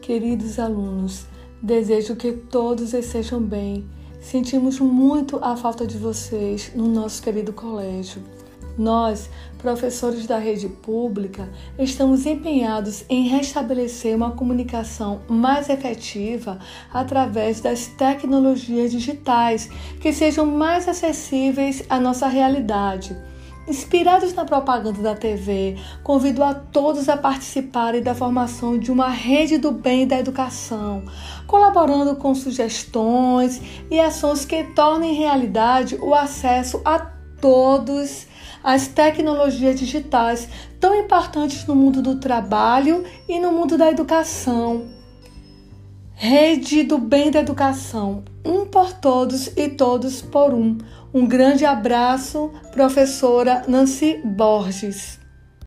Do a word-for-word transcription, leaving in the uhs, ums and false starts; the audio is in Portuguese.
Queridos alunos, desejo que todos estejam bem. Sentimos muito a falta de vocês no nosso querido colégio. Nós, professores da rede pública, estamos empenhados em restabelecer uma comunicação mais efetiva através das tecnologias digitais que sejam mais acessíveis à nossa realidade. Inspirados na propaganda da T V, convido a todos a participarem da formação de uma rede do bem da educação, colaborando com sugestões e ações que tornem realidade o acesso a todos às tecnologias digitais tão importantes no mundo do trabalho e no mundo da educação. Rede do bem da educação, um por todos e todos por um. Um grande abraço, professora Nancy Borges.